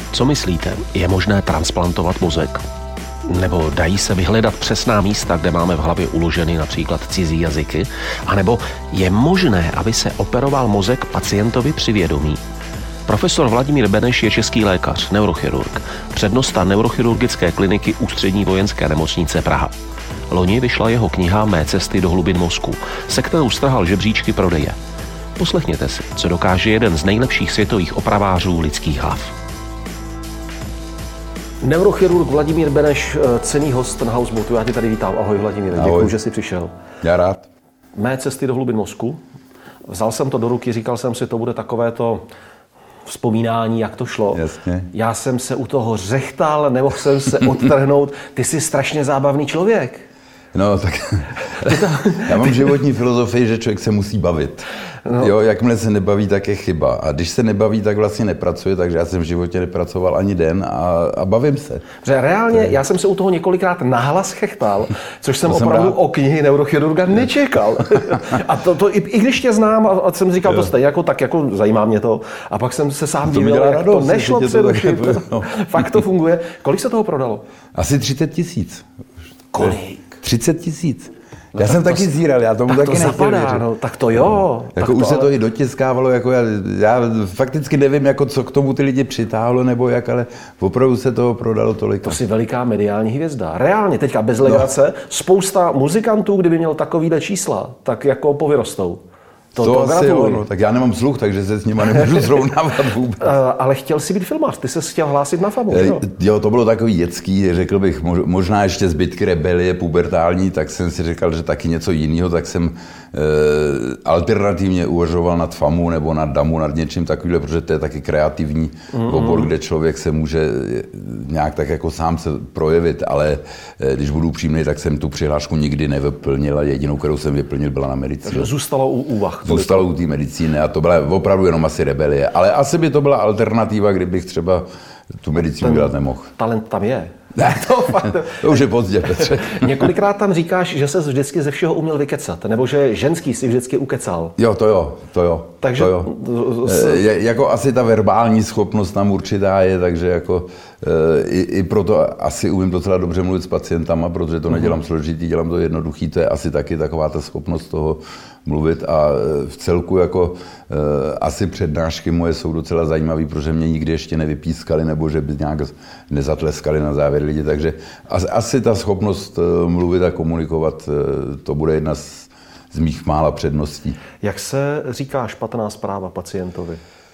Co myslíte, je možné transplantovat mozek? Nebo dají se vyhledat přesná místa, kde máme v hlavě uloženy například cizí jazyky? A nebo je možné, aby se operoval mozek pacientovi při vědomí? Profesor Vladimír Beneš je český lékař, neurochirurg, přednosta neurochirurgické kliniky Ústřední vojenské nemocnice Praha. Loni vyšla jeho kniha Mé cesty do hlubin mozku, se kterou strhal žebříčky prodeje. Poslechněte si, co dokáže jeden z nejlepších světových opravářů lidských hlav. Neurochirurg Vladimír Beneš, cenný host na Houseboatu. Já tě tady vítám. Ahoj Vladimír, děkuji, že jsi přišel. Já rád. Mé cesty do hlubin mozku. Vzal jsem to do ruky, říkal jsem si, to bude takové to vzpomínání, jak to šlo. Jasně. Já jsem se u toho řechtal, nemohl jsem se odtrhnout. Ty jsi strašně zábavný člověk. No, tak já mám životní filozofii, že člověk se musí bavit. No. Jo, jakmile se nebaví, tak je chyba. A když se nebaví, tak vlastně nepracuje, takže já jsem v životě nepracoval ani den a bavím se. Že reálně, já jsem se u toho několikrát nahlas chechtal, což jsem opravdu o knihy neurochirurga nečekal. A to i když tě znám, a jsem říkal to stejně, tak jako zajímá mě to. A pak jsem se sám divil, jak to nešlo přerušit. No. Fakt to funguje. Kolik se toho prodalo? Asi 30 000. Kolik? 30 000. Já jsem taky zíral, já tomu taky nechtěl věřit. No, tak to jo. Jako už se to i dotiskávalo, jako já fakticky nevím, jako co k tomu ty lidi přitáhlo, nebo jak, ale opravdu se toho prodalo tolik. To jsi veliká mediální hvězda. Reálně, teďka bez legrace, spousta muzikantů, kdyby měl takovýhle čísla, tak jako povyrostou. To asi jo, no, tak já nemám sluch, takže se s nima nemůžu srovnávat vůbec. Ale chtěl jsi být filmář, ty se chtěl hlásit na famu, jo? Jo, to bylo takový dětský, řekl bych, možná ještě zbytky rebelie pubertální, tak jsem si říkal, že taky něco jiného, tak jsem alternativně uvažoval nad famu nebo nad damu, nad něčím takovým, protože to je taky kreativní obor, kde člověk se může nějak tak jako sám se projevit, ale když budu upřímný, tak jsem tu přihlášku nikdy nevyplnil a jedinou, kterou jsem vyplnil, byla na medicínu. Zůstalo u úvah. Zůstalo u té medicíny a to byla opravdu jenom asi rebelie. Ale asi by to byla alternativa, kdybych třeba tu medicínu dělat nemohl. Talent tam je. Ne, to už je pozdě, Petře. Několikrát tam říkáš, že ses vždycky ze všeho uměl vykecat, nebo že ženský si vždycky ukecal. Jo, to jo. Takže to jo. Jako asi ta verbální schopnost tam určitá je, takže jako i proto asi umím docela dobře mluvit s pacientama, protože to nedělám složitý, dělám to jednoduchý, to je asi taky taková ta schopnost toho mluvit a v celku jako asi přednášky moje jsou docela zajímavé, protože mě nikdy ještě nevypískali nebo že by nějak nezatleskali na závěr lidi, takže asi ta schopnost mluvit a komunikovat, to bude jedna z mých mála předností. Jak se říká špatná zpráva pacientovi?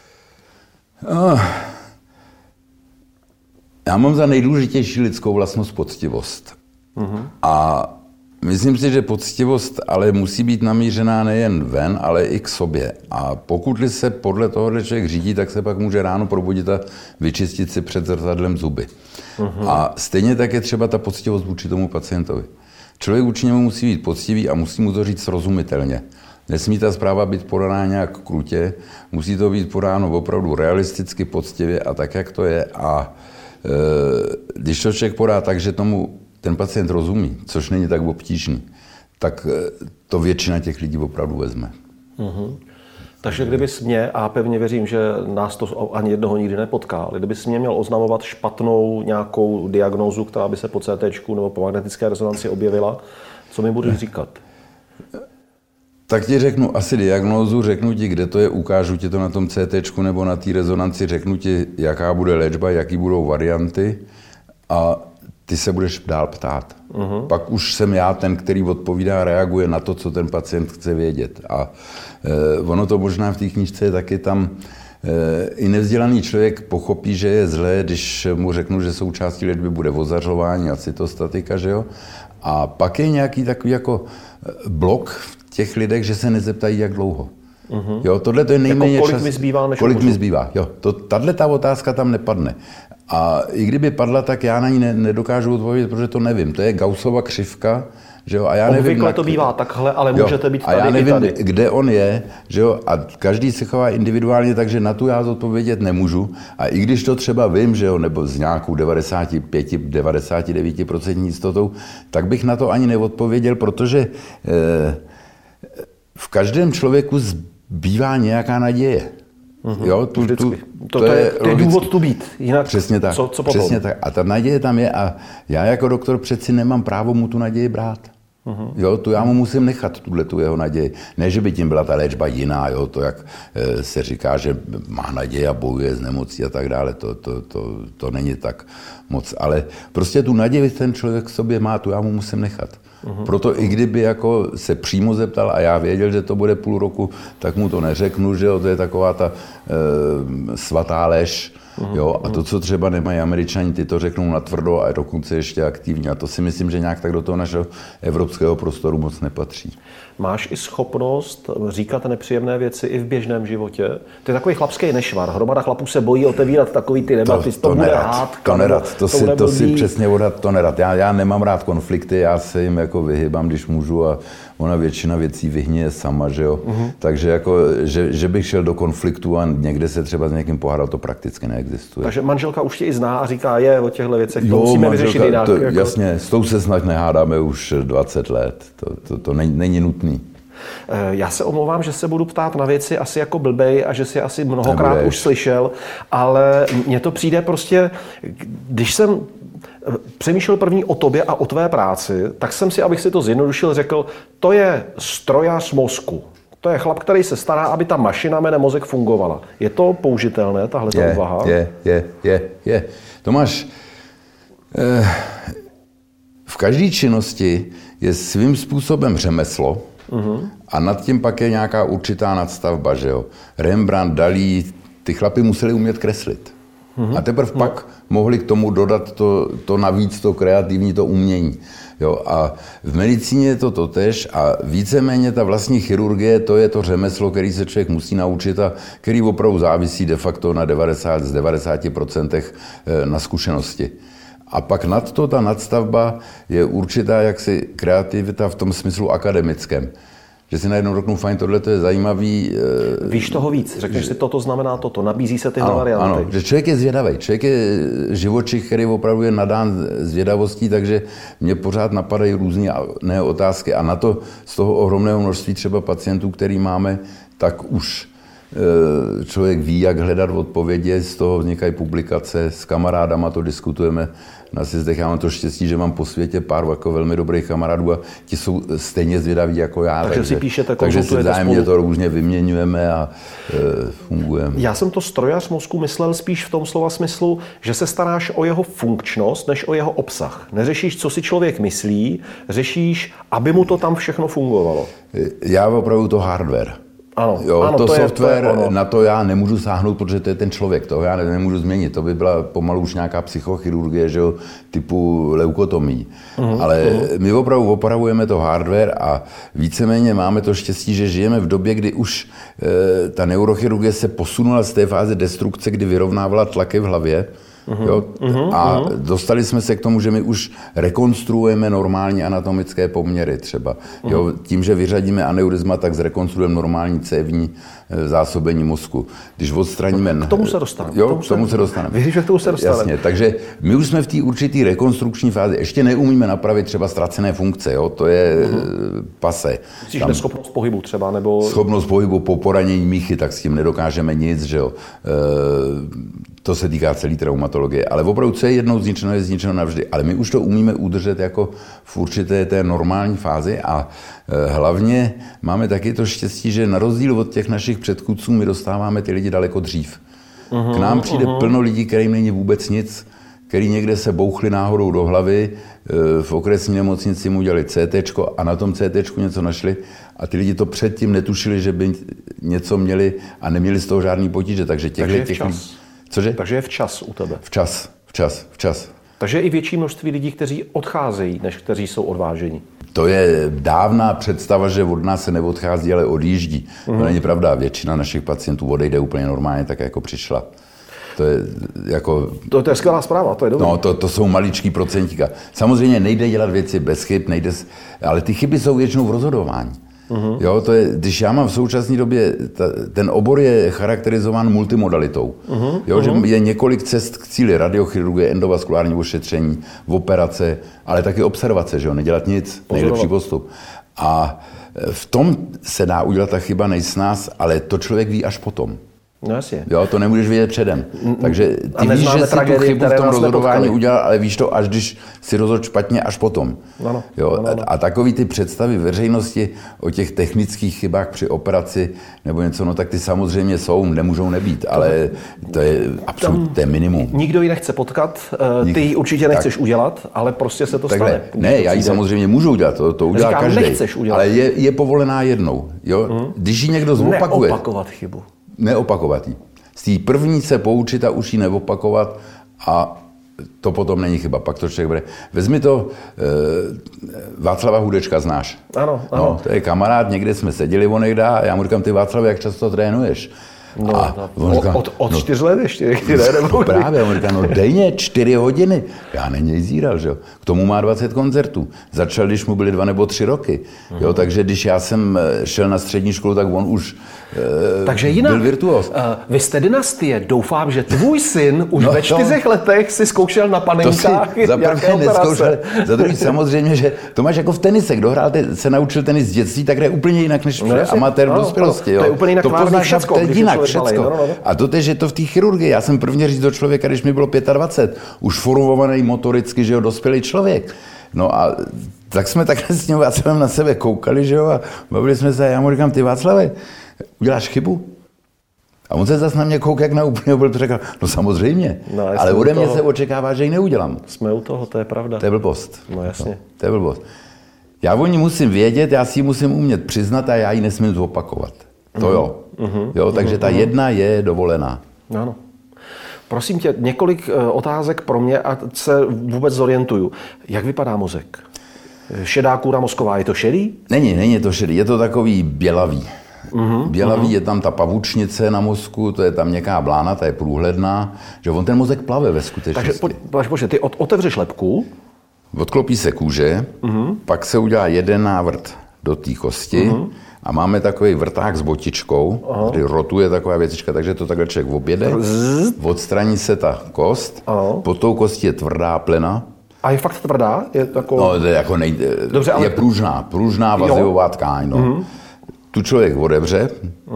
Já mám za nejdůležitější lidskou vlastnost poctivost. A myslím si, že poctivost ale musí být namířená nejen ven, ale i k sobě. A pokud se podle tohohle člověk řídí, tak se pak může ráno probudit a vyčistit si před zrcadlem zuby. A stejně tak je třeba ta poctivost vůči tomu pacientovi. Člověk vůči němu musí být poctivý a musí mu to říct srozumitelně. Nesmí ta zpráva být podaná nějak krutě, musí to být podáno opravdu realisticky, poctivě a tak, jak to je. A když to člověk podá tak, že tomu ten pacient rozumí, což není tak obtížný, tak to většina těch lidí opravdu vezme. Takže kdybys mě, a pevně věřím, že nás to ani jednoho nikdy nepotká, ale kdybys mě měl oznamovat špatnou nějakou diagnózu, která by se po CTčku nebo po magnetické rezonanci objevila, co mi budeš říkat? Tak ti řeknu asi diagnózu, řeknu ti, kde to je, ukážu ti to na tom CTčku nebo na té rezonanci, řeknu ti, jaká bude léčba, jaký budou varianty a ty se budeš dál ptát. Pak už jsem já ten, který odpovídá, reaguje na to, co ten pacient chce vědět. A ono to možná v té knížce je taky tam, i nevzdělaný člověk pochopí, že je zlé, když mu řeknu, že součástí léčby bude ozařování a cytostatika, že jo? A pak je nějaký takový jako blok v těch lidech, že se nezeptají, jak dlouho. Jo, tohle to je nejméně jako kolik mi zbývá, než kolik mi zbývá. Jo, tato otázka tam nepadne. A i kdyby padla, tak já na ní nedokážu odpovědět, protože to nevím. To je Gaussova křivka, že jo, a já nevím... Obvykle to bývá takhle, ale můžete být tady a já nevím, i tady. Kde on je, že jo, a každý se chová individuálně, takže na tu já odpovědět nemůžu. A i když to třeba vím, že jo, nebo s nějakou 99% jistotou, tak bych na to ani neodpověděl, protože v každém člověku zbývá nějaká naděje. Jo, to je důvod tu být. Jinak přesně tak. Co potom? Přesně tak. A ta naděje tam je a já jako doktor přeci nemám právo mu tu naději brát. Jo, tu já mu musím nechat, tu jeho naději. Ne, že by tím byla ta léčba jiná, jo, to jak se říká, že má naději a bojuje s nemocí a tak dále, to není tak moc. Ale prostě tu naději ten člověk v sobě má, tu já mu musím nechat. Proto i kdyby jako se přímo zeptal a já věděl, že to bude půl roku, tak mu to neřeknu, že jo, to je taková ta svatá lež. Jo, a to, co třeba nemají Američani, ty to řeknou natvrdo a dokonce ještě aktivně. A to si myslím, že nějak tak do toho našeho evropského prostoru moc nepatří. Máš i schopnost říkat nepříjemné věci i v běžném životě? To je takový chlapský nešvar. Hromada chlapů se bojí otevírat takový ty debaty. To nerad. To si přesně odhad, to nerad. Já nemám rád konflikty, já se jim jako vyhybám, když můžu a ona většina věcí vyhněje sama, že jo. Takže jako, že bych šel do konfliktu a někde se třeba s někým pohádal, to prakticky neexistuje. Takže manželka už tě i zná a říká, o těchto věcech, to musíme vyřešit jinak. Jako... Jasně, s tou se snad nehádáme už 20 let. To není nutný. Já se omlouvám, že se budu ptát na věci asi jako blbej a že si asi mnohokrát už slyšel, ale mně to přijde prostě, když jsem přemýšlel první o tobě a o tvé práci, tak jsem si, abych si to zjednodušil, řekl, to je strojař mozku. To je chlap, který se stará, aby ta mašina, jménem mozek, fungovala. Je to použitelné, tahle úvaha? Je. Tomáš, v každé činnosti je svým způsobem řemeslo a nad tím pak je nějaká určitá nadstavba, že jo. Rembrandt, Dalí, ty chlapi museli umět kreslit. A teprve pak mohli k tomu dodat to navíc, to kreativní, to umění. Jo, a v medicíně je to totéž a víceméně ta vlastní chirurgie, to je to řemeslo, který se člověk musí naučit a který opravdu závisí de facto na 90% na zkušenosti. A pak nad to, ta nadstavba je určitá jaksi kreativita v tom smyslu akademickém. Že si najednou řeknu, fajn, tohle to je zajímavý. Víš toho víc, řekneš si, toto znamená toto, nabízí se tyhle varianty. Ano, že člověk je zvědavý, člověk je živočich, který opravdu je nadán zvědavostí, takže mě pořád napadají různé otázky a na to z toho ohromného množství třeba pacientů, který máme, tak už člověk ví, jak hledat odpovědi, z toho vznikají publikace, s kamarádama to diskutujeme na sjezdech. Já mám to štěstí, že mám po světě pár jako velmi dobrých kamarádů a ti jsou stejně zvědaví jako já. Takže si píšete, takže si vzájemně to různě vyměňujeme a fungujeme. Já jsem to strojař mozku myslel spíš v tom slova smyslu, že se staráš o jeho funkčnost, než o jeho obsah. Neřešíš, co si člověk myslí, řešíš, aby mu to tam všechno fungovalo. Já opravdu to hardware. Ano, to software, na to já nemůžu sáhnout, protože to je ten člověk, toho já nemůžu změnit. To by byla pomalu už nějaká psychochirurgie, že jo, typu leukotomii. Ale my opravdu opravujeme to hardware a víceméně máme to štěstí, že žijeme v době, kdy už ta neurochirurgie se posunula z té fáze destrukce, kdy vyrovnávala tlaky v hlavě. Jo? A dostali jsme se k tomu, že my už rekonstruujeme normální anatomické poměry třeba. Jo? Tím, že vyřadíme aneurizma, tak zrekonstruujeme normální cévní zásobení mozku. Když odstraníme... K tomu se dostaneme. Jo, k tomu se dostaneme. Věříš, že k tomu se dostaneme. Jasně, takže my už jsme v té určité rekonstrukční fázi. Ještě neumíme napravit třeba ztracené funkce, jo? To je pase. Myslíš neschopnost pohybu třeba, nebo... Schopnost pohybu po poranění míchy, tak s tím nedokážeme nic, že jo. To se týká celé traumatologie. Ale opravdu, co je jednou zničeno, je zničeno navždy. Ale my už to umíme udržet jako v určité té normální fázi a hlavně máme taky to štěstí, že na rozdíl od těch našich předchůdců my dostáváme ty lidi daleko dřív. K nám přijde plno lidí, kterým není vůbec nic, který někde se bouchli náhodou do hlavy, v okresní nemocnici mu udělali CTčko a na tom CTčku něco našli a ty lidi to předtím netušili, že by něco měli a neměli z toho žádný potíže. Takže těch Cože? Takže je včas u tebe. Včas. Takže je i větší množství lidí, kteří odcházejí, než kteří jsou odváženi. To je dávná představa, že od nás se neodchází, ale odjíždí. To není pravda. Většina našich pacientů odejde úplně normálně, tak jako přišla. To je jako... To je skvělá zpráva, to je dobré. No, to jsou maličký procentíka. Samozřejmě nejde dělat věci bez chyb, ale ty chyby jsou většinou v rozhodování. Jo, to je, když já mám v současné době, ten obor je charakterizován multimodalitou. Jo, že je několik cest k cíli, radiochirurgie, endovaskulární ošetření, operace, ale taky observace, že jo, nedělat nic, nejlepší postup. A v tom se dá udělat ta chyba nejsnáz, ale to člověk ví až potom. No jasně. Jo, to nemůžeš vědět předem. Takže ty víš, že si tu chybu v tom rozhodování udělal, ale víš to, až když si rozhodl špatně, až potom. Ano, jo, ano. A takový ty představy veřejnosti o těch technických chybách při operaci nebo něco, no tak ty samozřejmě jsou, nemůžou nebýt, ale to je absolutně minimum. Nikdo ji nechce potkat, ty ji určitě nechceš udělat, ale prostě se to stane. Ne, já ji samozřejmě můžu udělat, to udělá každý. Ale je povolená jednou. Jo? Když ji někdo zopakuje. Neopakovat chybu. Neopakovat ji. Z té první se poučit a už ji neopakovat a to potom není chyba. Pak to člověk bude. Vezmi to, Václava Hudečka znáš. Ano. No, to je kamarád, někde jsme seděli onehda a já mu říkám, ty Václav, jak často trénuješ? Od 4 let ještě. Právě, on říká, denně 4 hodiny. Já na něj zíral, že jo. K tomu má 20 koncertů. Začal, když mu byly 2 nebo 3 roky. Jo, takže když já jsem šel na střední školu, tak on už takže jinak, byl virtuóz. Vy jste dynastie. Doufám, že tvůj syn už ve 4 letech si zkoušel na panenkách nějaké operace. Za druhý samozřejmě, že to máš jako v tenise. Kdo hrál, se naučil tenis z dětství, tak hraje úplně jinak, než amatér v dospělosti. To je úplně jinak tvárný všecko. Všecko. A to je to v té chirurgii. Já jsem prvně říct do člověka, když mi bylo 25, už formovaný motoricky, že jo, dospělý člověk. No a tak jsme takhle s ním Václavem na sebe koukali, že jo, a bavili jsme se a já mu říkám, ty Václave, uděláš chybu? A on se zase na mě kouk, jak na úplně byl, řekl, no samozřejmě, ale ode mě se očekává, že ji neudělám. Jsme u toho, to je pravda. To je blbost. No jasně. No, to je blbost. Já o ní musím vědět, já si ji musím umět přiznat a já ji nesmím zopakovat. To jo. Jo, takže ta jedna je dovolená. Ano. Prosím tě, několik otázek pro mě, ať se vůbec zorientuju. Jak vypadá mozek? Šedá kůra mozková, je to šedý? Není to šedý, je to takový bělavý. Bělavý je tam ta pavučnice na mozku, to je tam měkká blána, ta je průhledná, že on ten mozek plave ve skutečnosti. Takže ty otevřeš lebku. Odklopí se kůže, pak se udělá jeden návrt do té kosti, a máme takový vrták s botičkou, kdy rotuje taková věcička, takže to takhle člověk objede, odstraní se ta kost, pod tou kostí je tvrdá plena. A je fakt tvrdá? Je takovou... No, to je, jako dobře, ale... je pružná vazivová tkáň. No. Tu člověk odebře,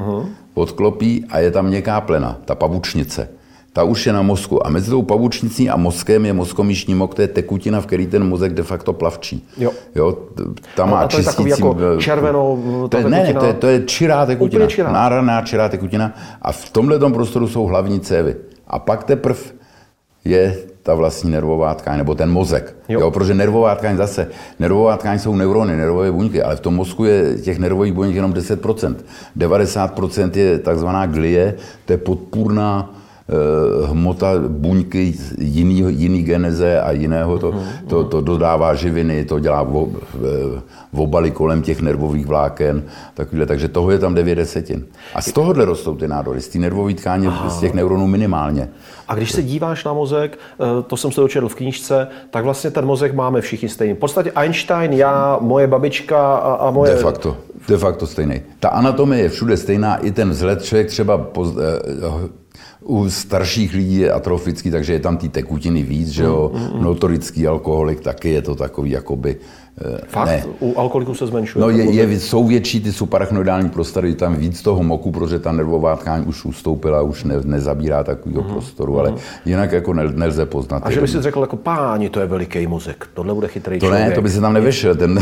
odklopí a je tam měkká plena, ta pavučnice. Ta už je na mozku. A mezi tou pavučnicí a mozkem je mozkomíšní mok, to je tekutina, v který ten mozek de facto plavčí. Jo, tam má a to je takový jako červenou tekutina? To je čirá tekutina. Národná čirá tekutina. A v tomhletom prostoru jsou hlavní cévy. A pak teprve je ta vlastní nervová tkáň, nebo ten mozek. Jo, protože nervová tkáň jsou neurony, nervové buňky, ale v tom mozku je těch nervových buněk jenom 10%. 90% je takzvaná glie, to je podpůrná hmota buňky jiný geneze a jiného, to dodává živiny, to dělá obaly kolem těch nervových vláken, takovýhle, takže toho je tam 9/10. A z tohohle rostou ty nádory, z té nervové tkáně, z těch neuronů minimálně. A když se díváš na mozek, to jsem se dočetl v knížce, tak vlastně ten mozek máme všichni stejný. V podstatě Einstein, já, moje babička a moje... De facto stejný. Ta anatomie je všude stejná, i ten vzhled člověk třeba u starších lidí je atrofický, takže je tam ty tekutiny víc, že jo, notorický alkoholik, taky je to takový jakoby... Fakt? Ne. U alkoholiků se zmenšuje? No jsou větší ty subarachnoidální prostory, tam víc toho moku, protože ta nervová tkáň už ustoupila, už nezabírá takovýho prostoru, ale jinak jako nelze poznat. A že by si řekl jako páni, to je veliký mozek, tohle bude chytrý člověk. To ne, to by se tam nevešel, ten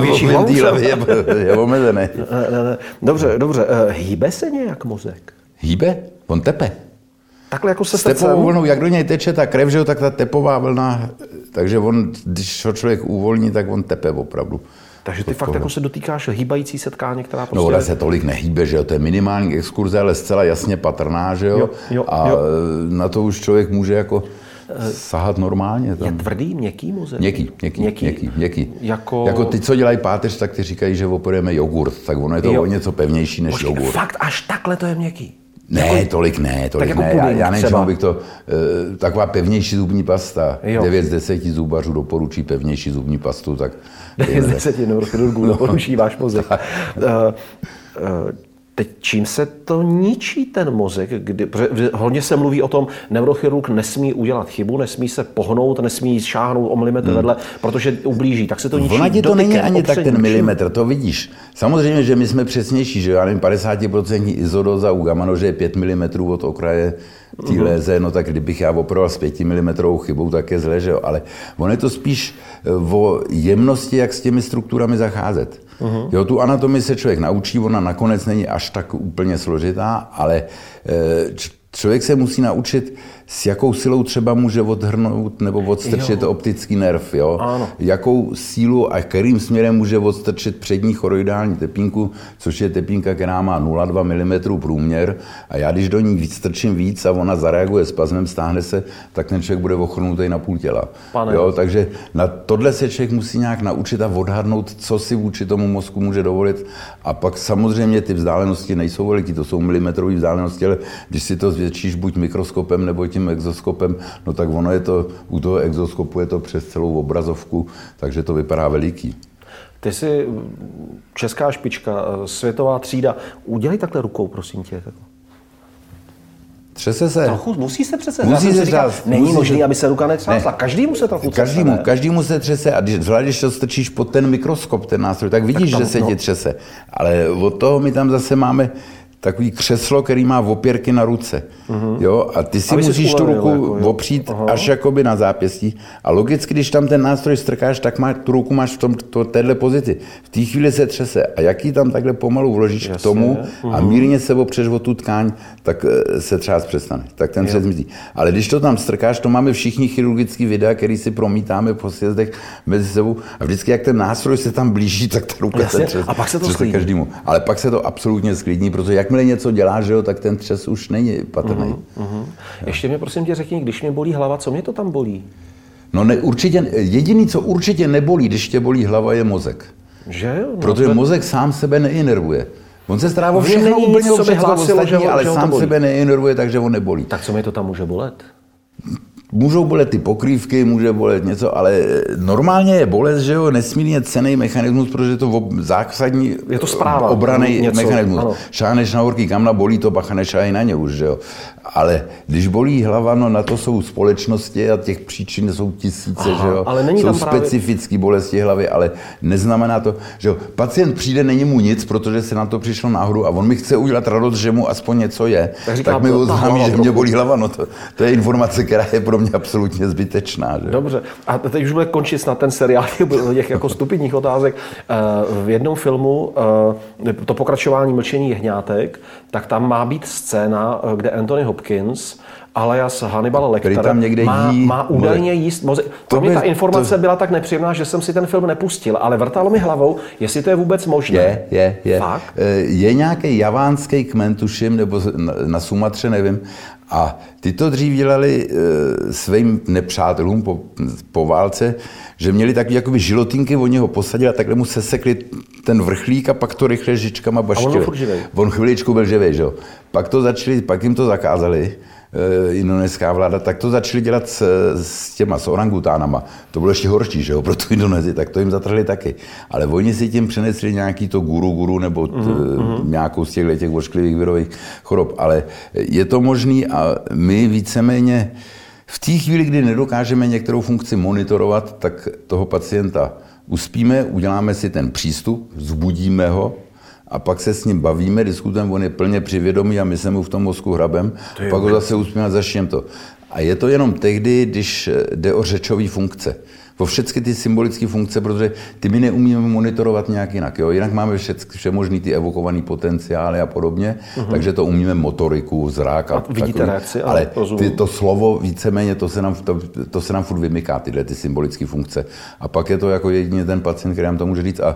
je omezený. Dobře, hýbe se nějak mozek? Hýbe? On tepe. Takhle jako se tepovou vlnou, jak do něj teče ta krev, že jo, tak ta tepová vlna, takže on, když ho člověk uvolní, tak on tepe opravdu. Takže ty fakt jako se dotýkáš hýbající se tkáně, která prostě... No, ona se tolik nehýbe, že jo, to je minimální exkurze, ale zcela jasně patrná, že jo, a na to už člověk může jako sahat normálně. Tam. Je tvrdý, měkký mozek? Měkký. Jako ty, co dělají páteř, tak ty říkají, že operujeme jogurt, tak ono je to o něco pevnější než jogurt. Fakt až takhle to je měkký? Ne, tolik ne. Jako já nevím, čemu bych to... Taková pevnější zubní pasta. 9 z 10 zubařů doporučí pevnější zubní pastu, tak... 9 z 10 neurochirurgů doporučí váš mozek. Teď čím se to ničí ten mozek? Protože hodně se mluví o tom, neurochirurg nesmí udělat chybu, nesmí se pohnout, nesmí šáhnout o milimetr vedle, protože ublíží. Tak se to ničí. Ona ti to dotykem, není ani tak ten milimetr, čím? to vidíš. Samozřejmě, že my jsme přesnější, že já nevím, 50% izodóza u gamma-nože je 5 mm od okraje té léze, no tak kdybych já operoval s 5 mm chybou, tak je zle, že jo. Ale on je to spíš o jemnosti, jak s těmi strukturami zacházet. Jo, tu anatomii se člověk naučí, ona nakonec není až tak úplně složitá, ale člověk se musí naučit, s jakou silou třeba může odhrnout nebo odstrčit optický nerv, jo? Jakou sílu a kterým směrem může odstrčit přední choroidální tepínku, což je tepínka, která má 0,2 mm průměr a já když do ní strčím víc a ona zareaguje spazmem, stáhne se, tak ten člověk bude ochrnutý na půl těla. Jo? Takže na tohle se člověk musí nějak naučit a odhadnout, co si vůči tomu mozku může dovolit a pak samozřejmě ty vzdálenosti nejsou veliký, to jsou milimetrové vzdálenosti, ale když si to zvětšíš buď mikroskopem nebo tím exoskopem, no tak ono je to, u toho exoskopu je to přes celou obrazovku, takže to vypadá veliký. Ty jsi česká špička, světová třída. Udělej takhle rukou, prosím tě. Třese se. Trochu, musí se přece. Není možné, aby se ruka netřásla. Ne. Každému se trochu třese. Každému se třese a když to strčíš pod ten mikroskop, ten nástroj, tak vidíš, tak tam, že se ti třese. Ale od toho my tam zase máme takový křeslo, který má opěrky na ruce. Jo? A ty si musíš tu ruku opřít až jakoby na zápěstí. A logicky, když tam ten nástroj strkáš, tak tu ruku máš v téhle pozici. V té chvíli se třese. A jak ji tam takhle pomalu vložíš k tomu a mírně se opřeš o tu tkáň, tak se třás přestane. Tak ten třes zmizí. Ale když to tam strkáš, to máme všichni chirurgický videa, který si promítáme po sjezdech mezi sebou. A vždycky, jak ten nástroj se tam blíží, tak ta ruka se třese. A pak se to sklidní. Každému. Ale pak se to absolutně sklidní, protože jakmile něco děláš, že jo, tak ten třes už není patrný. Ještě mě prosím tě řekni, když mě bolí hlava, co mě to tam bolí? No ne, určitě, jediný, co určitě nebolí, když tě bolí hlava, je mozek. Že jo? No, protože mozek sám sebe neinervuje. On se stará o všechno úplně o všechno ostatní, ale sám sebe neinervuje, takže on nebolí. Tak co mě to tam může bolet? Můžou bolet ty pokrývky, může bolet něco, ale normálně je bolest, že jo, nesmírně cenný mechanismus, protože je to zásadní obranný mechanismus. Šáhneš na horký kamna, bolí to, bacha, nešáhej na ně už, že jo. Ale když bolí hlava, no na to jsou společnosti a těch příčin jsou tisíce, že jo. Ale není jsou tam specifické bolesti hlavy, ale neznamená to, že jo. Pacient přijde, není mu nic, protože se na to přišlo náhodou a on mi chce udělat radost, že mu aspoň něco je, tak mi oznámí, že mě bolí hlava, no to je informace, která je pro mě absolutně zbytečná. Že? Dobře. A teď už bude končit snad ten seriál těch jako stupidních otázek. V jednom filmu, to pokračování Mlčení jehňátek, tak tam má být scéna, kde Anthony Hopkins alias Hannibal Lecter má údajně jíst mozek. Pro mě ta informace byla tak nepříjemná, že jsem si ten film nepustil, ale vrtalo mi hlavou, jestli to je vůbec možné. Je. Fakt? Je nějaký javánský kmen, tuším, nebo na Sumatře, nevím. A ty to dřív dělali svým nepřátelům po válce, že měli takové jakoby žilotinky, oni ho posadili a takhle mu sesekli ten vrchlík a pak to rychle žičkama baštili. On chviličku byl živej, že jo. Pak jim to zakázali, indonéská vláda, tak to začali dělat s orangutánama. To bylo ještě horší, že jo, pro tu Indonésii, tak to jim zatrhli taky. Ale oni si tím přenesli nějaký to guru nebo nějakou z těch ošklivých virových chorob. Ale je to možný a my víceméně v té chvíli, kdy nedokážeme některou funkci monitorovat, tak toho pacienta uspíme, uděláme si ten přístup, vzbudíme ho, a pak se s ním bavíme, diskutujeme, on je plně přivědomý a my se mu v tom mozku hrabem, pak ho zase uspíme a začneme to. A je to jenom tehdy, když jde o řečové funkce. O všechny ty symbolické funkce, protože ty my neumíme monitorovat nějak jinak. Jo? Jinak máme vše možný ty evokované potenciály a podobně, takže to umíme motoriku, zrak a vidíte reakci, ale to slovo víceméně, to se nám furt vymyká, tyhle ty symbolické funkce. A pak je to jako jedině ten pacient, který nám to může říct a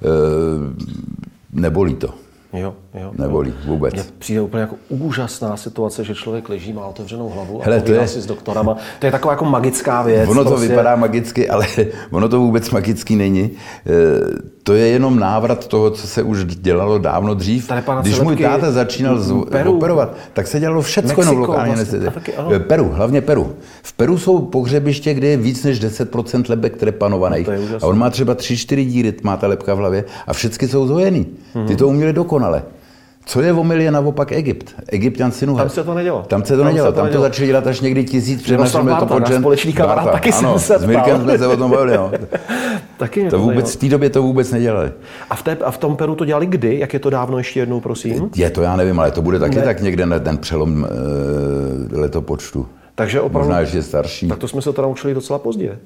nebolí to. Jo. Nebolí vůbec. Mně přijde úplně jako úžasná situace, že člověk leží, má otevřenou hlavu a hele, povídá si s doktorama. To je taková jako magická věc. Ono to vypadá magicky, ale ono to vůbec magický není. To je jenom návrat toho, co se už dělalo dávno dřív. Když můj táta začínal operovat, tak se dělalo všecko jenom lokálně anestezie. Hlavně Peru. V Peru jsou pohřebiště, kde je víc než 10% lebek trepanovaných. A on má třeba 3-4 díry, má ta lebka v hlavě a všechny jsou zhojený. Ty to uměli dokonale. Co je omyl, je naopak Egypt. Egypťan Sinuhe. Tam se to nedělo. Tam to začali dělat až někdy 1000 před naším letopočtem. Společný kamarád, taky ano, s Mirkem jsme se o tom bavili. No. Taky to vůbec, v té době to vůbec nedělali. A v tom Peru to dělali kdy? Jak je to dávno, ještě jednou, prosím? Je to, já nevím, ale to bude taky tak někde na ten přelom letopočtu. Takže opravdu, možná ještě starší. Tak to jsme se to naučili docela pozdě.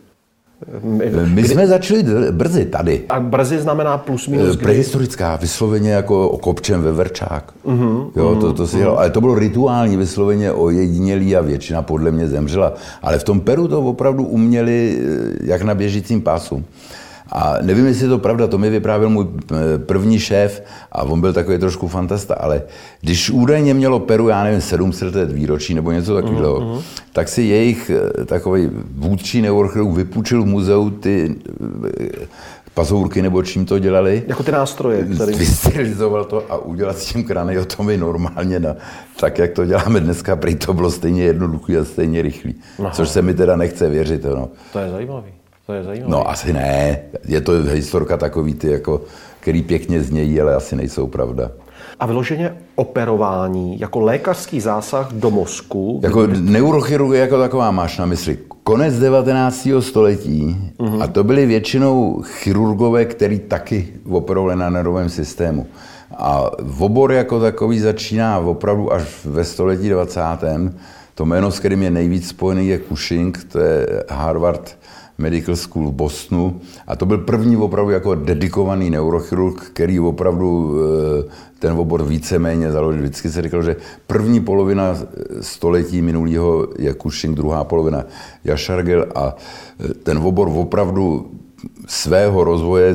My jsme začali brzy tady. A brzy znamená plus minus kdy? Prehistorická, vysloveně jako kopčem veverčák. To si dělalo, ale to bylo rituální, vysloveně ojedinělý a většina podle mě zemřela. Ale v tom Peru to opravdu uměli jak na běžícím pásu. A nevím, jestli je to pravda, to mi vyprávěl můj první šéf a on byl takový trošku fantasta, ale když údajně mělo Peru, já nevím, 700 let výročí nebo něco takového, tak si jejich takový vůdčí neurochirurg vypůjčil v muzeu ty pazourky nebo čím to dělali. Jako ty nástroje. Vystilizoval to a udělat s tím kraniotomy normálně, tak jak to děláme dneska, prý to bylo stejně jednoduchý a stejně rychlý. Aha. Což se mi teda nechce věřit. No. To je zajímavý. No asi ne, je to historka takový ty, jako, který pěkně znějí, ale asi nejsou pravda. A vyloženě operování jako lékařský zásah do mozku? Jako neurochirurgie jako taková máš na mysli. Konec 19. století a to byli většinou chirurgové, který taky operovali na nervovém systému. A obor jako takový začíná opravdu až ve století 20. To jméno, s kterým je nejvíc spojený, je Cushing, to je Harvard Medical School v Bostonu. A to byl první opravdu jako dedikovaný neurochirurg, který opravdu ten obor víceméně založil. Vždycky se říkalo, že první polovina století minulého je Cushing, druhá polovina Yashargil a ten obor opravdu svého rozvoje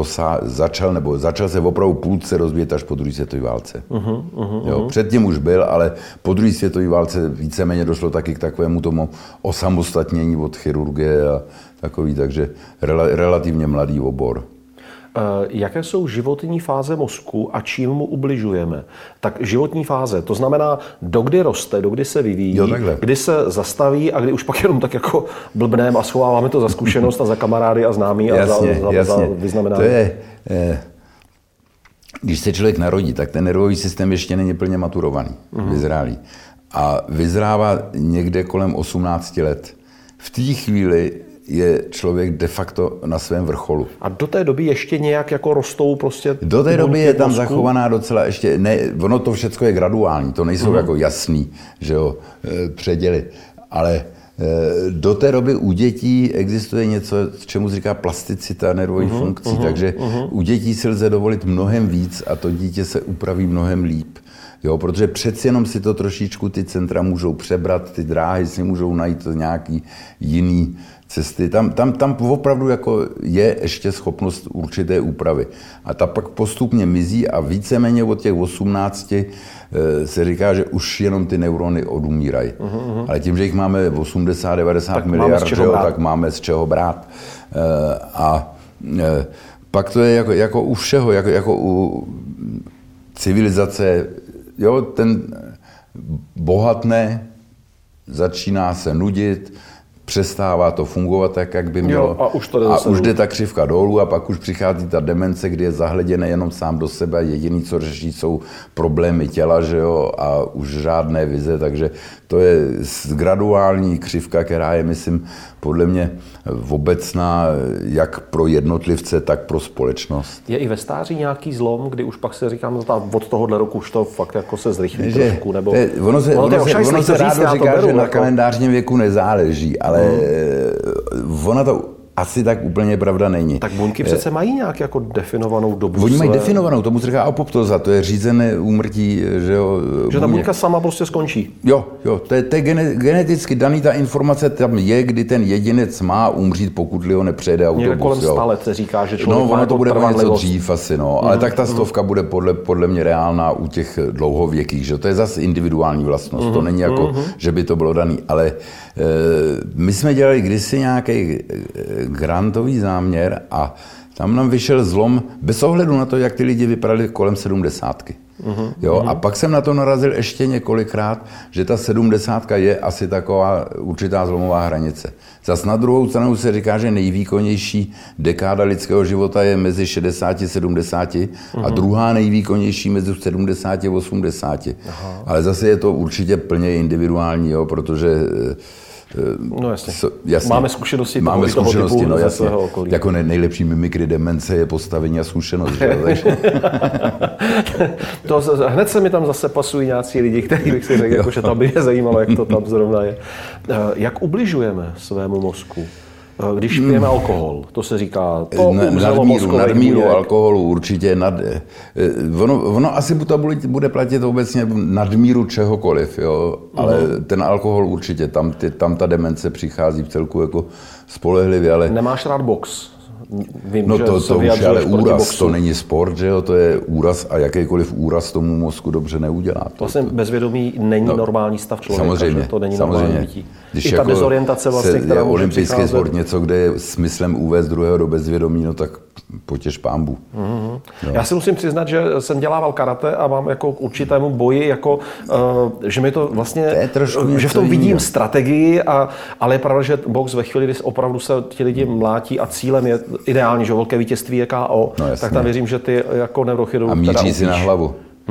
začal se opravdu půlce rozvíjet až po druhé světové válce. Předtím už byl, ale po druhé světové válce víceméně došlo taky k takovému tomu osamostatnění od chirurgie a takový, takže relativně mladý obor. Jaké jsou životní fáze mozku a čím mu ubližujeme? Tak životní fáze, to znamená, dokdy roste, dokdy se vyvíjí, kdy se zastaví a kdy už pak jenom tak jako blbneme a schováváme to za zkušenost a za kamarády a známí a za vyznamenání. To je, když se člověk narodí, tak ten nervový systém ještě není plně maturovaný, vyzrálý. A vyzrává někde kolem 18 let. V té chvíli je člověk de facto na svém vrcholu. A do té doby ještě nějak jako rostou prostě... Do té doby je tam zachovaná docela ještě... Ne, ono to všechno je graduální, to nejsou jako jasný, že jo, předěly. Ale do té doby u dětí existuje něco, čemu se říká plasticita nervových funkcí, takže u dětí si lze dovolit mnohem víc a to dítě se upraví mnohem líp. Jo, protože přeci jenom si to trošičku ty centra můžou přebrat, ty dráhy si můžou najít nějaký jiný cesty. Tam opravdu jako je ještě schopnost určité úpravy. A ta pak postupně mizí a víceméně od těch 18 se říká, že už jenom ty neurony odumírají. Ale tím, že jich máme 80-90 miliard, tak máme z čeho brát. Pak to je jako u všeho, jako u civilizace. Jo, ten bohatne, začíná se nudit, přestává to fungovat tak, jak by mělo. Jo, a už jde ta křivka dolů a pak už přichází ta demence, kdy je zahleděný jenom sám do sebe. Jediný, co řeší, jsou problémy těla, že jo, a už žádné vize, takže to je graduální křivka, která je, myslím, podle mě obecná jak pro jednotlivce, tak pro společnost. Je i ve stáří nějaký zlom, kdy už pak se říkám, od tohohle roku už to fakt jako se zrychlí trošku, nebo... Ono se rádo říká, že na kalendářním věku nezáleží, ale ona to asi tak úplně pravda není. Tak buňky přece mají nějak jako definovanou dobu. Oni mají definovanou, tomu se říká apoptóza, to je řízené úmrtí, že jo. Že ta buňka sama prostě skončí. Jo, to je geneticky daný, ta informace tam je, kdy ten jedinec má umřít, pokud ho nepřejede autobus. Někde kolem 100 let se říká, že člověk má ono to bude něco trvanlivost. dřív asi, ale tak ta stovka bude podle mě reálná u těch dlouhověkých, že to je zase individuální vlastnost, to není jako, že by to bylo daný, ale my jsme dělali kdysi nějaký grantový záměr a Tam nám vyšel zlom bez ohledu na to, jak ty lidi vypadali kolem 70. Jo, a pak jsem na to narazil ještě několikrát, že ta 70 je asi taková určitá zlomová hranice. Zas na druhou stranu se říká, že nejvýkonnější dekáda lidského života je mezi 60 a 70 a druhá nejvýkonnější mezi 70 a 80. Aha. Ale zase je to určitě plně individuální, jo, protože no jasně. Máme zkušenosti toho typu no, ze svého okolí. Jako nejlepší mimikry demence je postavení a zkušenost. Hned se mi tam zase pasují nějací lidi, kteří bych si řekl, jako, že tam by mě zajímalo, jak to tam zrovna je. Jak ubližujeme svému mozku? Když pijeme alkohol, to se říká, to nadmíru alkoholu určitě. Ono asi to bude platit obecně nadmíru čehokoliv, jo? Ale ten alkohol určitě, tam ta demence přichází v celku jako spolehlivě. Ale... Nemáš rád box? Vím, no to už je ale úraz, boxu. To není sport, že jo, to je úraz a jakýkoliv úraz tomu mozku dobře neudělá. Vlastně bezvědomí není normální stav člověka, samozřejmě, že to není normální bytí. Když i ta jako dezorientace vlastně, která může olympijský přicházet. sport něco, kde je smyslem uvést druhého do bezvědomí, no tak potěš pánbů. No. Já si musím přiznat, že jsem dělával karate a mám jako k určitému boji, jako, že mi to vlastně, že v tom vidím strategii, ale je pravda, že box ve chvíli, kdy opravdu se ti lidi mlátí a cílem je ideální, že velké vítězství je KO, tak tam věřím, že ty jako neurochirurg a míří si na hlavu.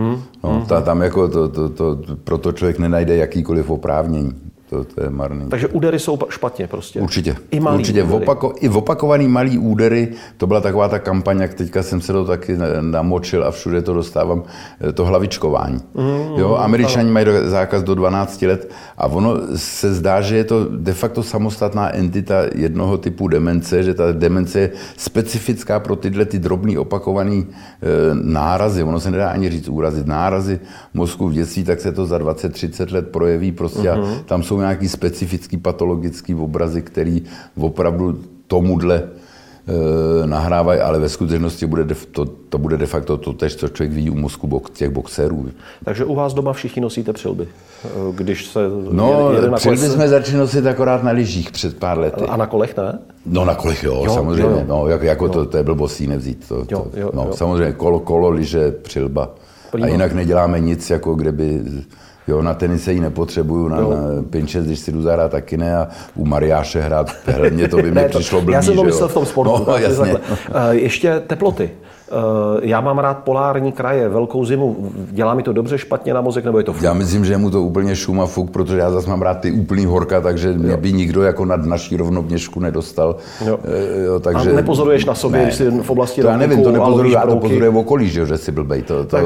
Tam jako proto člověk nenajde jakýkoliv oprávnění. To je marný. Takže údery jsou špatně prostě. Určitě. I malý Určitě. I opakovaný malý údery, to byla taková ta kampaň, jak teďka jsem se to taky namočil a všude to dostávám, to hlavičkování. Jo, Američani mají zákaz do 12 let a ono se zdá, že je to de facto samostatná entita jednoho typu demence, že ta demence je specifická pro tyhle ty drobný opakovaný nárazy. Ono se nedá ani říct úrazy. Nárazy mozku v dětství, tak se to za 20-30 let projeví prostě a tam jsou nějaký specifický patologický obrazy, který opravdu tomuhle nahrávají, ale ve skutečnosti to bude de facto to tež, co člověk vidí u mozku těch boxerů. Takže u vás doma všichni nosíte přilby? Když se jede na přilby jsme začali nosit akorát na lyžích před pár lety. A na kolech ne? No na kolech jo, samozřejmě. Jo. No, jako to je blbostí nevzít. Samozřejmě kolo, lyže, přilba. A jinak neděláme nic, jako kde by... Jo, na tenise ji nepotřebuju, na pinčes, když si jdu zahrát, taky ne, a u mariáše hrát herně, to by mi přišlo blbý. Já jsem to myslel v tom sportu. No, jasně. Ještě teploty. Já mám rád polární kraje, velkou zimu. Dělá mi to dobře, špatně na mozek, nebo je to fuk? Já myslím, že je mu to úplně šum a fuk, protože já zase mám rád ty úplný horka, takže mě by nikdo jako nad naší rovnoběžku nedostal. Takže... A nepozoruješ na sobě, když jsi v oblasti rovníku? Já nevím, to nepozoruju, já to pozoruju v okolí, že jsi blbej.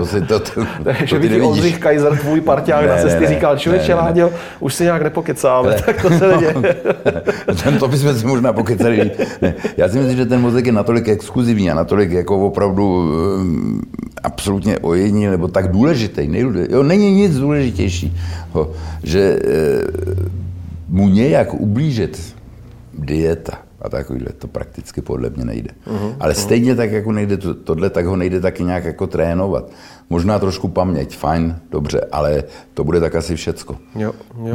Že vidí Oldřich Kaiser, tvůj parťák na cesty, říkal, člověče Láďo, už si nějak nepokecáme, tak to se neděje. To bychom si možná pokecali. Já si myslím, že ten mozek je natolik exkluzivní a natolik jako opravdu absolutně ojedinělý, nebo tak důležitý. Není nic důležitějšího, že mu nějak ublížit dieta a takovýhle, to prakticky podle mě nejde. Ale stejně tak, jako nejde tohle, tak ho nejde taky nějak jako trénovat. Možná trošku paměť, fajn, dobře, ale to bude tak asi všecko. Jo.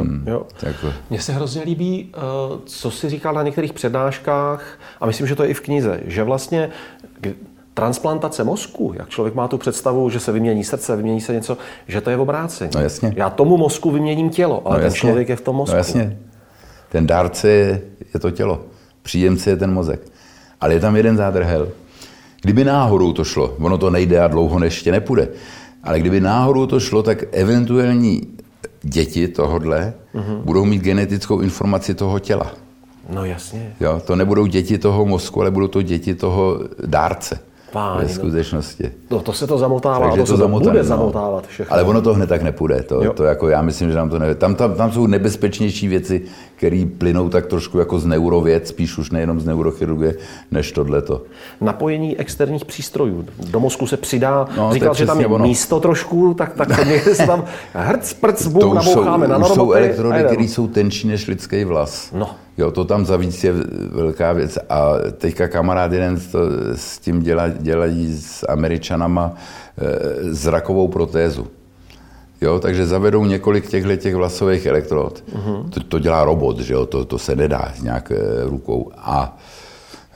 Mně se hrozně líbí, co jsi říkal na některých přednáškách, a myslím, že to je i v knize, že vlastně transplantace mozku, jak člověk má tu představu, že se vymění srdce, vymění se něco, že to je v obráceně. No jasně. Já tomu mozku vyměním tělo, ale ten člověk je v tom mozku. No jasně. Ten dárce je to tělo, příjemce je ten mozek. Ale je tam jeden zádrhel. Kdyby náhodou to šlo, ono to nejde a dlouho ještě nepůjde, ale kdyby náhodou to šlo, tak eventuální děti tohodle budou mít genetickou informaci toho těla. No jasně. Jo, to nebudou děti toho mozku, ale budou to děti toho dárce. Ve skutečnosti. No to se to zamotává, takže to bude zamotávat všechno. Ale ono to hned tak nepůjde. To jako já myslím, že nám to nevede. Tam jsou nebezpečnější věci, které plynou tak trošku jako z neurověd, spíš už nejenom z neurochirurgie, než tohleto. Napojení externích přístrojů. Do mozku se přidá, říkal, že tam je místo trošku, tak někde se tam prc, bum, naboucháme na noroboty. Jsou elektrody, které jsou tenčí než lidský vlas. No. Jo, to tam za víc je velká věc. A teďka kamarád jeden s tím dělají s Američanama zrakovou protézu. Jo, takže zavedou několik těch vlasových elektrod. To dělá robot, že jo, to se nedá nějak rukou. A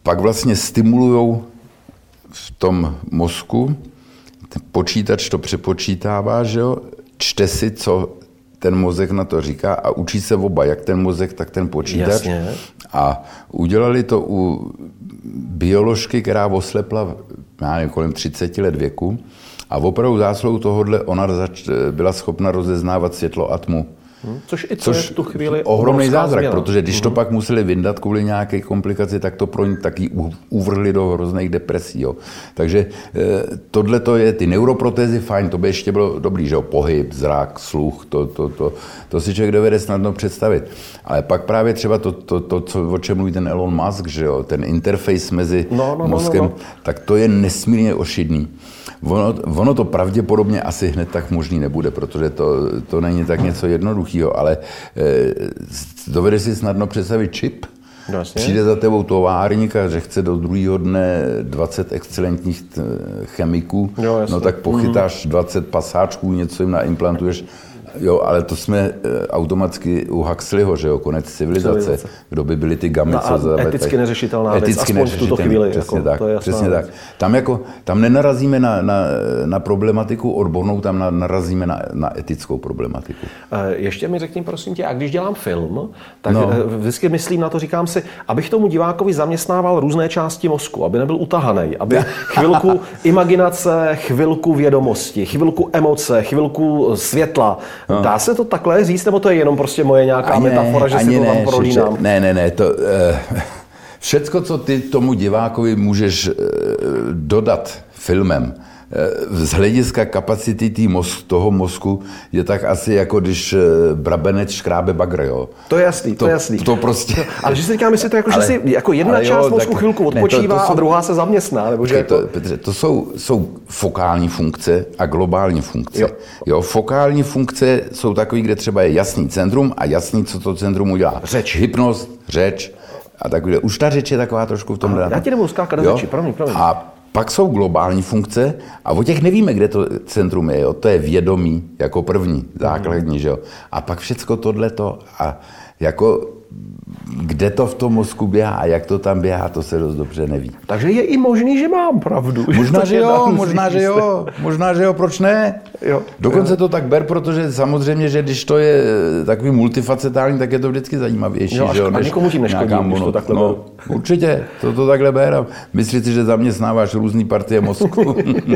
pak vlastně stimulujou v tom mozku, ten počítač to přepočítává, že jo, čte si, co ten mozek na to říká a učí se oba, jak ten mozek, tak ten počítač. Jasně. A udělali to u bioložky, která oslepla, já nevím, kolem 30 let věku a opravdu zásluhou tohohle ona byla schopna rozeznávat světlo a tmu. Což je v tu chvíli ohromný zázrak, změna. protože když to pak museli vyndat kvůli nějaké komplikaci, tak to pro ně taky uvrhli do hrozných depresí. Jo. Takže tohle to je, ty neuroprotézy, fajn, to by ještě bylo dobrý, že jo, pohyb, zrak, sluch, to si člověk dovede snadno představit. Ale pak právě třeba o čem mluví ten Elon Musk, že jo, ten interface mezi mozkem, tak to je nesmírně ošidný. Ono to pravděpodobně asi hned tak možný nebude, protože to není tak něco jednoduchého, ale dovedeš si snadno představit čip, přijde za tebou továrník a že chce do druhého dne 20 excelentních chemiků, no tak pochytáš 20 pasáčků, něco jim naimplantuješ. Jo, ale to jsme automaticky u Huxleyho, že jo, konec civilizace. Kdo by byly ty gamy, co zabetají. Eticky neřešitelná věc, aspoň v tuto chvíli. Přesně jako, tak, to je přesně tak. Tam nenarazíme na problematiku odbornou, tam narazíme na etickou problematiku. Ještě mi řekni, prosím tě, a když dělám film, tak vždycky myslím na to, říkám si, abych tomu divákovi zaměstnával různé části mozku, aby nebyl utahaný, aby chvilku imaginace, chvilku vědomosti, chvilku emoce, chvilku světla. Dá se to takhle říct, nebo to je jenom prostě moje nějaká metafora, že si to tam prolínám? Ne, všecko, co ty tomu divákovi můžeš dodat filmem, z hlediska kapacity toho mozku je tak asi jako když brabenec škrábe bagr, jo. To je jasný, to je jasný. To prostě... Ale že si říkám, jestli to jako, že si jako jedna část mozku chvilku odpočívá a druhá se zaměstná, nebo že jako... Petře, to jsou fokální funkce a globální funkce. Jo, fokální funkce jsou takový, kde třeba je jasný centrum a jasný, co to centrum udělá. Řeč. Hypnoz, řeč a takhle. Už ta řeč je taková trošku v tom... Já ti nebudu skákat do řeči, promiň. A pak jsou globální funkce a o těch nevíme, kde to centrum je. Jo? To je vědomí jako první, základní. Že jo? A pak všecko tohleto a jako kde to v tom mozku běhá a jak to tam běhá, to se dost dobře neví. Takže je i možný, že mám pravdu. Možná, že jo, proč ne? Jo, Dokonce to tak ber, protože samozřejmě, že když to je takový multifacetální, tak je to vždycky zajímavější. Jo, a nikomu tím neškodí, když to takhle beru. Určitě, to takhle ber a myslíš si, že zaměstnáváš různý partie mozku.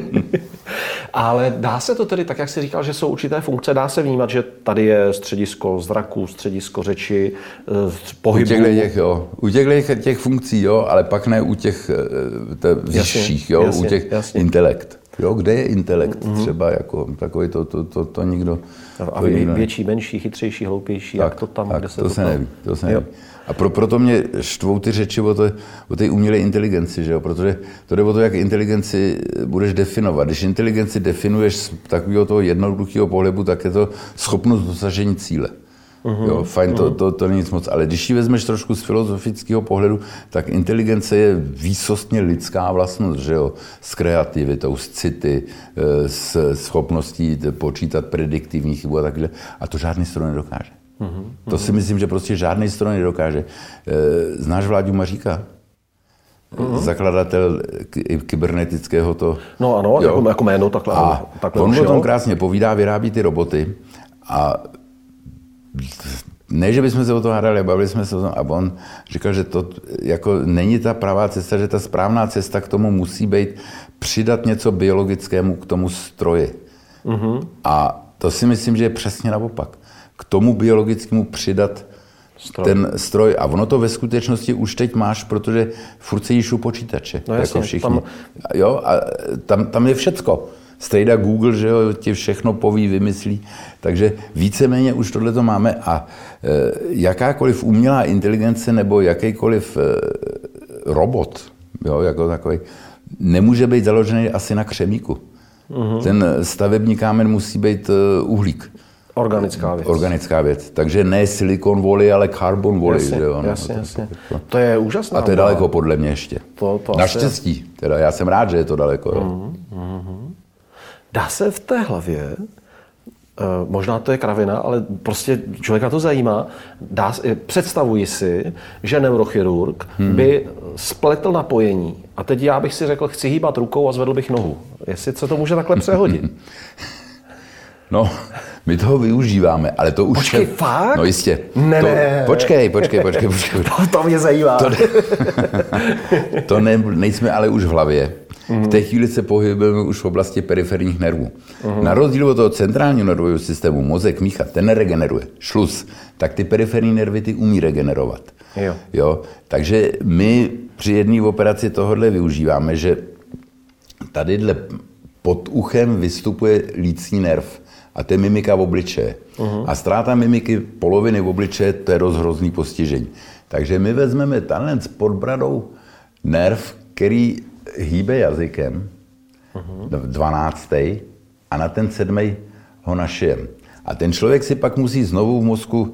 Ale dá se to tedy, tak jak jsi říkal, že jsou určité funkce, dá se vnímat, že tady je středisko zraku, středisko řeči, pohybu. U těch funkcí, jo, ale pak ne u těch vyšších, jo, u těch intelekt. Jo, kde je intelekt třeba jako takový to nikdo... A větší, menší, chytřejší, hloupější, jak to tam, kde se to neví. A proto mě štvou ty řeči o té umělé inteligenci, že jo? Protože to jde o to, jak inteligenci budeš definovat. Když inteligenci definuješ z takového toho jednoduchého pohledu, tak je to schopnost dosažení cíle. Jo, fajn, to není nic moc. Ale když ji vezmeš trošku z filozofického pohledu, tak inteligence je výsostně lidská vlastnost, že jo? S kreativitou, s city, s schopností počítat prediktivní chybu a takhle. A to žádný stroj nedokáže. To si myslím, že prostě žádný stroj nedokáže. Znáš Vláďu Maříka? Zakladatel kybernetického to... No ano, jako jméno takhle. A on o tom krásně povídá, vyrábí ty roboty a ne, že bychom se o tom hádali, bavili jsme se o tom a on říkal, že to jako není ta pravá cesta, že ta správná cesta k tomu musí být přidat něco biologickému k tomu stroji. A to si myslím, že je přesně naopak. K tomu biologickému přidat ten stroj. A ono to ve skutečnosti už teď máš, protože furt se jíš u počítače. No jasně, jako všichni. Jo, a tam je všecko. Strejda Google, že jo, ti všechno poví, vymyslí. Takže víceméně už tohleto máme. A jakákoliv umělá inteligence nebo jakýkoliv robot, jo, jako takový, nemůže být založený asi na křemíku. Ten stavební kámen musí být uhlík. Organická věc. Takže ne silikon vody, ale carbon vody. Jasně. To je úžasné. A to je daleko podle mě ještě. Naštěstí. Teda já jsem rád, že je to daleko. Dá se v té hlavě možná to je kravina, ale prostě člověka to zajímá. Představuji si, že neurochirurg by spletl napojení a teď já bych si řekl, chci hýbat rukou a zvedl bych nohu. Jestli se to může takhle přehodit? No, my toho využíváme, ale to už... Počkej, fakt? No jistě. Ne. Počkej. To mě zajímá. To nejsme ale už v hlavě. V té chvíli se pohybujeme už v oblasti periferních nervů. Na rozdíl od toho centrálního nervového systému, mozek, mícha, ten neregeneruje. Šluz. Tak ty periferní nervy ty umí regenerovat. Jo? Takže my při jedné operaci tohohle využíváme, že tadyhle pod uchem vystupuje lícní nerv. A to je mimika v obličeje. A ztráta mimiky poloviny v obličeje, to je dost hrozný postižení. Takže my vezmeme talent s podbradou nerv, který hýbe jazykem, 12. a na ten 7. ho našijem. A ten člověk si pak musí znovu v mozku,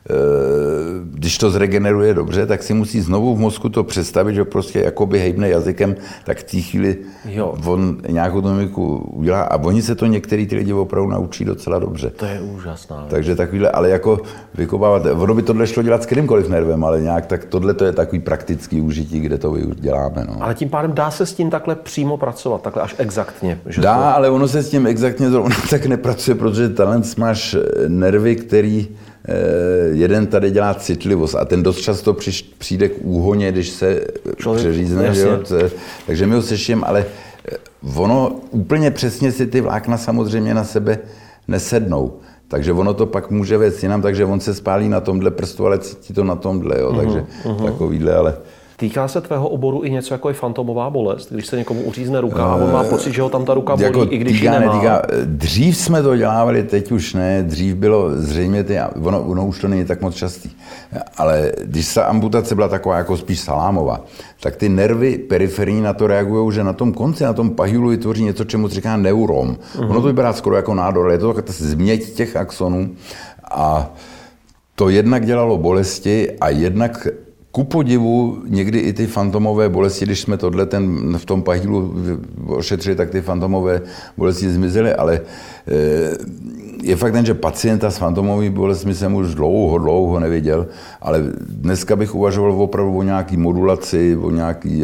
když to zregeneruje dobře, tak si musí znovu v mozku to představit, že prostě jakoby hejbne jazykem, tak v té chvíli on nějakou mimiku udělá a oni se to některý ty lidi opravdu naučí docela dobře. To je úžasná. Takže takovýhle, ale jako vykopávat, ono by tohle šlo dělat s kterýmkoliv nervem, ale nějak tak tohle to je takový praktický užití, kde to děláme. No. Ale tím pádem dá se s tím takhle přímo pracovat, takhle až exaktně? Že dá, ale ono se s tím exaktně tak nepracuje, protože talent máš nervy, který jeden tady dělá citlivost a ten dost často přijde k úhoně, když se přeřízne, takže my ho sešijeme, ale ono úplně přesně si ty vlákna samozřejmě na sebe nesednou. Takže ono to pak může vést jinam, takže on se spálí na tomhle prstu, ale cítí to na tomhle, jo, takže takovýhle, ale... Týká se tvého oboru i něco jako je fantomová bolest, když se někomu uřízne ruka a on má pocit, že ho tam ta ruka bolí, jako i když ji nemá? Dřív jsme to dělávali, teď už ne. Dřív bylo zřejmě, ono už to není tak moc častý. Ale když ta amputace byla taková jako spíš salámová, tak ty nervy periferní na to reagují, že na tom konci, na tom pahýlu vytvoří něco, čemu se říká neurom. Ono to vypadá skoro jako nádor, ale je to taková změť těch axonů a to jednak dělalo bolesti a jednak ku podivu někdy i ty fantomové bolesti, když jsme v tom pahýlu ošetřili, tak ty fantomové bolesti zmizely, ale je fakt ten, že pacienta s fantomovými bolestmi jsem už dlouho neviděl, ale dneska bych uvažoval opravdu o nějaký modulaci, o nějaký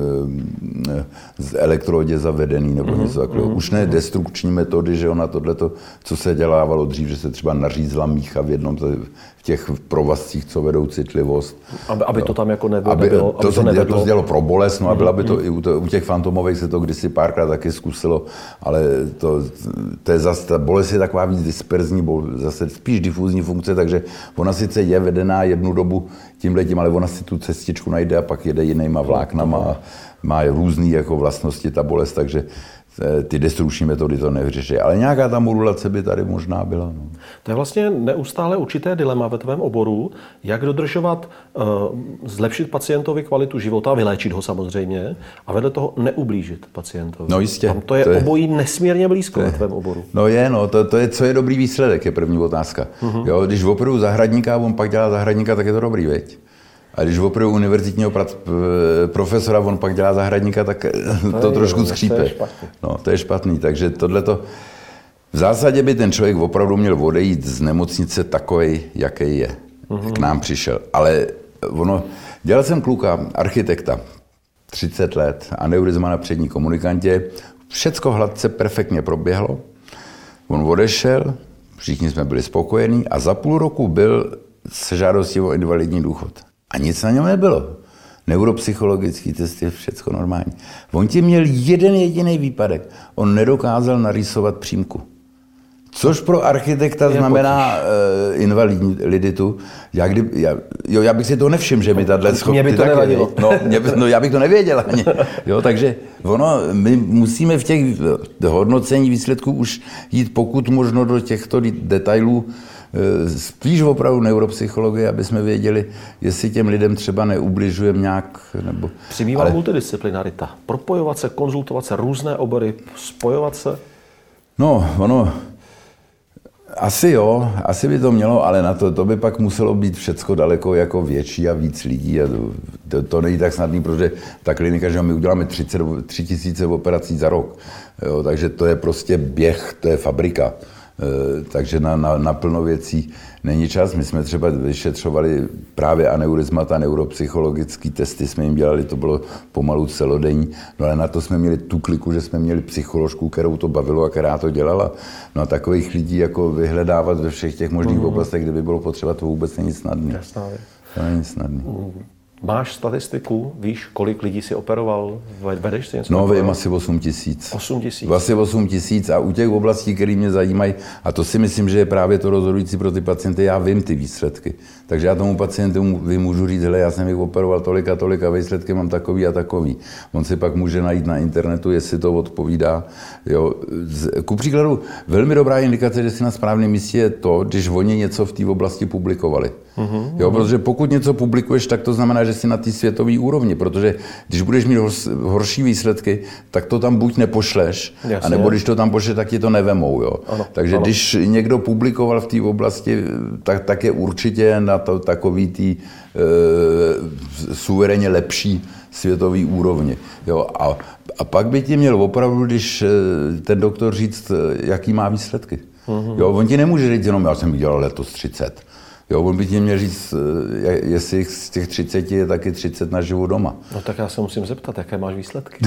elektrodě zavedený nebo něco takového. Už ne destrukční metody, že ona tohleto, co se dělávalo dřív, že se třeba nařízla mícha v jednom v těch provazcích, co vedou citlivost. Aby to tam jako nebylo. To se dělalo pro bolest, no a byla by to i u těch fantomových se to kdysi párkrát taky zkusilo, ale to je zase, ta bolest je taková víc disperzní, zase spíš difuzní funkce, takže ona sice je vedená jednu dobu tímhletím, ale ona si tu cestičku najde a pak jede jinýma vláknama a má různý jako vlastnosti ta bolest, takže ty destrukční metody to nevyřeší. Ale nějaká ta modulace by tady možná byla. No. To je vlastně neustále určité dilema ve tvém oboru, jak dodržovat, zlepšit pacientovi kvalitu života, vyléčit ho samozřejmě, a vedle toho neublížit pacientovi. No jistě. Tam to je obojí nesmírně blízko ve tvém oboru. No to je, co je dobrý výsledek, je první otázka. Jo, když operuju zahradníka a on pak dělá zahradníka, tak je to dobrý, veď? A když operuju univerzitního profesora, on pak dělá zahradníka, tak to trošku skřípe. To je špatný, takže tohleto... V zásadě by ten člověk opravdu měl odejít z nemocnice takovej, jaký je. K nám přišel. Ale dělal jsem kluka, architekta, 30 let, aneurizma na přední komunikantě, všecko hladce perfektně proběhlo. On odešel, všichni jsme byli spokojení a za půl roku byl se žádostí o invalidní důchod. A nic na něm nebylo. Neuropsychologický testy, všecko normální. On ti měl jeden jediný výpadek. On nedokázal narýsovat přímku. Což pro architekta znamená invaliditu. Já bych si to nevšiml, že mi tato schopnost... Mě by to nevadilo. Já bych to nevěděl ani. Jo, takže my musíme v těch hodnocení výsledků už jít pokud možno do těchto detailů, spíš opravdu neuropsychologie, aby jsme věděli, jestli těm lidem třeba neubližujeme nějak. Nebo... Přibývá multidisciplinarita. Propojovat se, konzultovat se, různé obory, spojovat se? Asi by to mělo, ale na to by pak muselo být všecko daleko jako větší a víc lidí. A to není tak snadný, protože ta klinika, že my uděláme 3 000 operací za rok. Jo, takže to je prostě běh, to je fabrika. takže na plno věcí není čas. My jsme třeba vyšetřovali právě aneurizmata, neuropsychologické testy jsme jim dělali, to bylo pomalu celodenní, no ale na to jsme měli tu kliku, že jsme měli psycholožku, kterou to bavilo a která to dělala. No a takových lidí jako vyhledávat ve všech těch možných oblastech, kde by bylo potřeba, to vůbec není snadné. To není snadné. Máš statistiku, víš, kolik lidí si operoval? Vedeš si něco? No, vím, asi 8 000. 8 000? Asi 8 000 a u těch oblastí, které mě zajímají, a to si myslím, že je právě to rozhodující pro ty pacienty, já vím ty výsledky. Takže já tomu pacientu můžu říct, hele, já jsem jich operoval tolik a výsledky mám takový a takový. On si pak může najít na internetu, jestli to odpovídá. Jo. Ku příkladu, velmi dobrá indikace, že jsi na správném místě, je to, když oni něco v té oblasti publikovali. Jo, protože pokud něco publikuješ, tak to znamená, že jsi na té světové úrovni, protože když budeš mít horší výsledky, tak to tam buď nepošleš, anebo když to tam pošleš, tak ti to nevemou. Jo. Takže když někdo publikoval v té oblasti, tak je určitě na to takový tý suverénně lepší světový úrovni. Jo. A pak by ti měl opravdu, když ten doktor říct, jaký má výsledky. Jo, on ti nemůže říct jenom, já jsem dělal letos 30. Jo, on by ti měl říct, jestli z těch 30 je taky 30 naživu doma. No tak já se musím zeptat, jaké máš výsledky.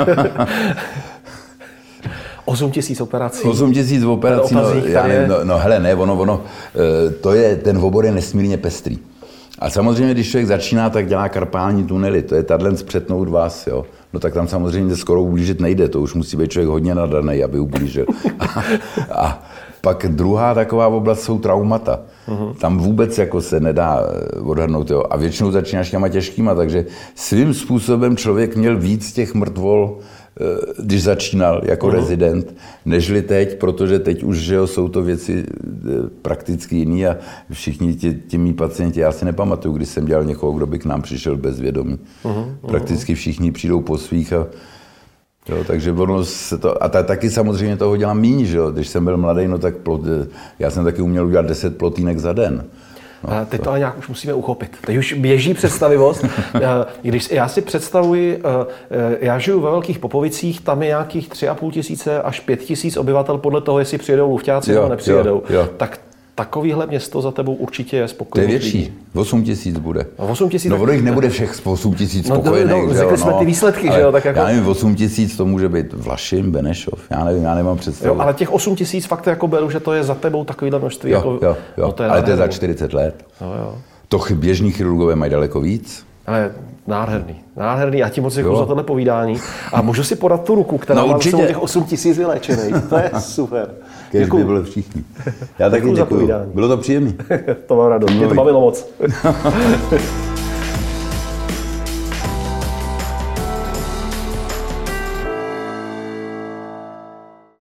8 000 operací. 8 000 operací, ono, to je, ten obor je nesmírně pestrý. A samozřejmě, když člověk začíná, tak dělá karpální tunely, to je tato zpřetnout vás, jo. No tak tam samozřejmě skoro ublížit nejde, to už musí být člověk hodně nadaný, aby ublížil. A pak druhá taková oblast jsou traumata. Tam vůbec jako se nedá odhadnout, jo. A většinou začínáš těma těžkýma, takže svým způsobem člověk měl víc těch mrtvol, když začínal jako rezident, nežli teď, protože teď už, že jo, jsou to věci prakticky jiný a všichni ti mý pacienti, já si nepamatuju, když jsem dělal někoho, kdo by k nám přišel bezvědomí. Prakticky všichni přijdou po svých a jo, takže ono se to, a taky samozřejmě toho dělám míň, že jo, když jsem byl mladý, no tak já jsem taky uměl udělat 10 plotýnek za den. No, teď to ale nějak už musíme uchopit. Teď už běží představivost. Když já si představuji, já žiju ve Velkých Popovicích, tam je nějakých 3 500 až 5 000 obyvatel podle toho, jestli přijedou lufťáci nebo nepřijedou. Jo. Tak takovýhle město za tebou určitě je spokojené. To je větší. 8 000 bude. 8 000? No ono jich nebude všech 8 000 spokojených. No, řekli jsme ty výsledky, že jo? Tak jako... Já nevím, 8 000 to může být Vlašim, Benešov, já nevím, já nemám představu. Jo, ale těch 8 000 fakt jako beru, že to je za tebou takovýhle množství. Jo. No, to ale to je za 40 let. Jo. To běžní chirurgové mají daleko víc. Ale nádherný. Já ti moc děkuji za tohle povídání. A můžu si podat tu ruku, která má těch 8 000 vyléčených. To je super. Kéž by byli všichni. Já taky děkuji. Bylo to příjemné. To mám radost. Mě to bavilo moc.